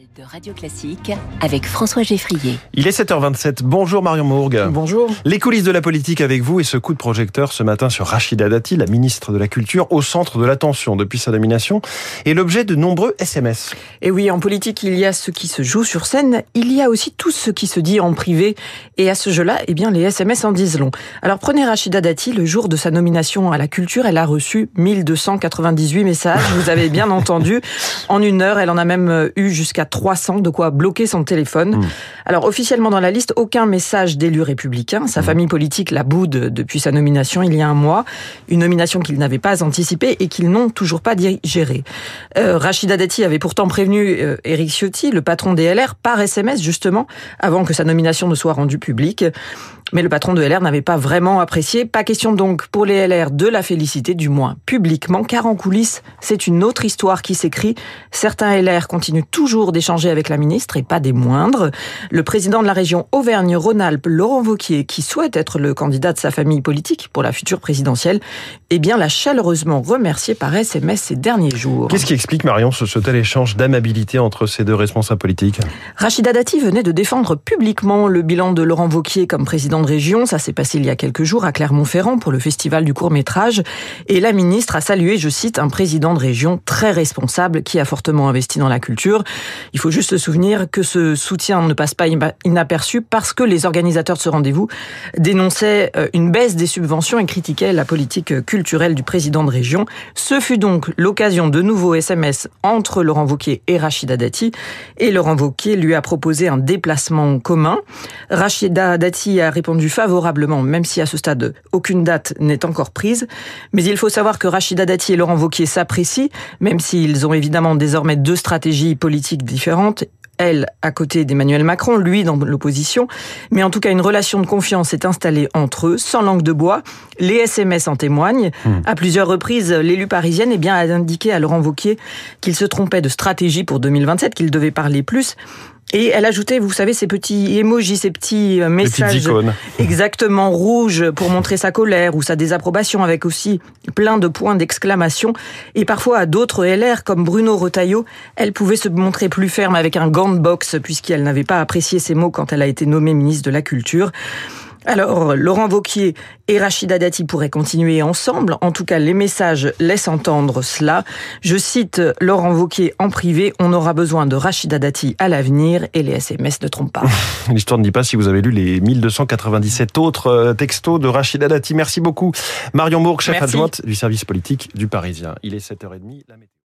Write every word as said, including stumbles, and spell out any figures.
De Radio Classique avec François Geffrier. Il est sept heures vingt-sept. Bonjour Marion Mourgue. Bonjour. Les coulisses de la politique avec vous et ce coup de projecteur ce matin sur Rachida Dati, la ministre de la Culture, au centre de l'attention depuis sa nomination et l'objet de nombreux S M S. Et oui, en politique, il y a ce qui se joue sur scène, il y a aussi tout ce qui se dit en privé. Et à ce jeu-là, eh bien, les S M S en disent long. Alors prenez Rachida Dati, le jour de sa nomination à la Culture, elle a reçu mille deux cent quatre-vingt-dix-huit messages, vous avez bien entendu. En une heure, elle en a même eu jusqu'à trois cents, de quoi bloquer son téléphone. Mmh. Alors officiellement dans la liste, aucun message d'élu républicain. Sa mmh. famille politique la boude depuis sa nomination il y a un mois. Une nomination qu'ils n'avaient pas anticipée et qu'ils n'ont toujours pas digérée. Euh, Rachida Dati avait pourtant prévenu euh, Éric Ciotti, le patron des L R, par S M S justement, avant que sa nomination ne soit rendue publique. Mais le patron de L R n'avait pas vraiment apprécié. Pas question donc pour les L R de la féliciter, du moins publiquement, car en coulisses, c'est une autre histoire qui s'écrit. Certains L R continuent toujours d'échanger avec la ministre, et pas des moindres. Le président de la région Auvergne-Rhône-Alpes, Laurent Wauquiez, qui souhaite être le candidat de sa famille politique pour la future présidentielle, eh bien, l'a chaleureusement remercié par S M S ces derniers jours. Qu'est-ce qui explique, Marion, ce, ce tel échange d'amabilité entre ces deux responsables politiques ? Rachida Dati venait de défendre publiquement le bilan de Laurent Wauquiez comme président de région. Ça s'est passé il y a quelques jours à Clermont-Ferrand pour le festival du court-métrage. Et la ministre a salué, je cite, un président de région très responsable qui a fortement investi dans la culture. Il faut juste se souvenir que ce soutien ne passe pas inaperçu parce que les organisateurs de ce rendez-vous dénonçaient une baisse des subventions et critiquaient la politique culturelle du président de région. Ce fut donc l'occasion de nouveaux S M S entre Laurent Wauquiez et Rachida Dati. Et Laurent Wauquiez lui a proposé un déplacement commun. Rachida Dati a répondu favorablement, même si à ce stade, aucune date n'est encore prise. Mais il faut savoir que Rachida Dati et Laurent Wauquiez s'apprécient, même s'ils ont évidemment désormais deux stratégies politiques différentes. Elle, à côté d'Emmanuel Macron, lui dans l'opposition. Mais en tout cas, une relation de confiance s'est installée entre eux, sans langue de bois. Les S M S en témoignent. Mmh. À plusieurs reprises, l'élu parisienne eh bien, a indiqué à Laurent Wauquiez qu'il se trompait de stratégie pour deux mille vingt-sept, qu'il devait parler plus. Et elle ajoutait, vous savez, ces petits emojis, ces petits messages exactement rouges pour montrer sa colère ou sa désapprobation, avec aussi plein de points d'exclamation. Et parfois, à d'autres L R, comme Bruno Retailleau, elle pouvait se montrer plus ferme avec un gant de boxe, puisqu'elle n'avait pas apprécié ces mots quand elle a été nommée ministre de la Culture. Alors, Laurent Wauquiez et Rachida Dati pourraient continuer ensemble. En tout cas, les messages laissent entendre cela. Je cite Laurent Wauquiez en privé, on aura besoin de Rachida Dati à l'avenir, et les S M S ne trompent pas. L'histoire ne dit pas si vous avez lu les mille deux cent quatre-vingt-dix-sept autres textos de Rachida Dati. Merci beaucoup. Marion Mourgue, chef Merci. adjointe du service politique du Parisien. Il est sept heures trente, la météo.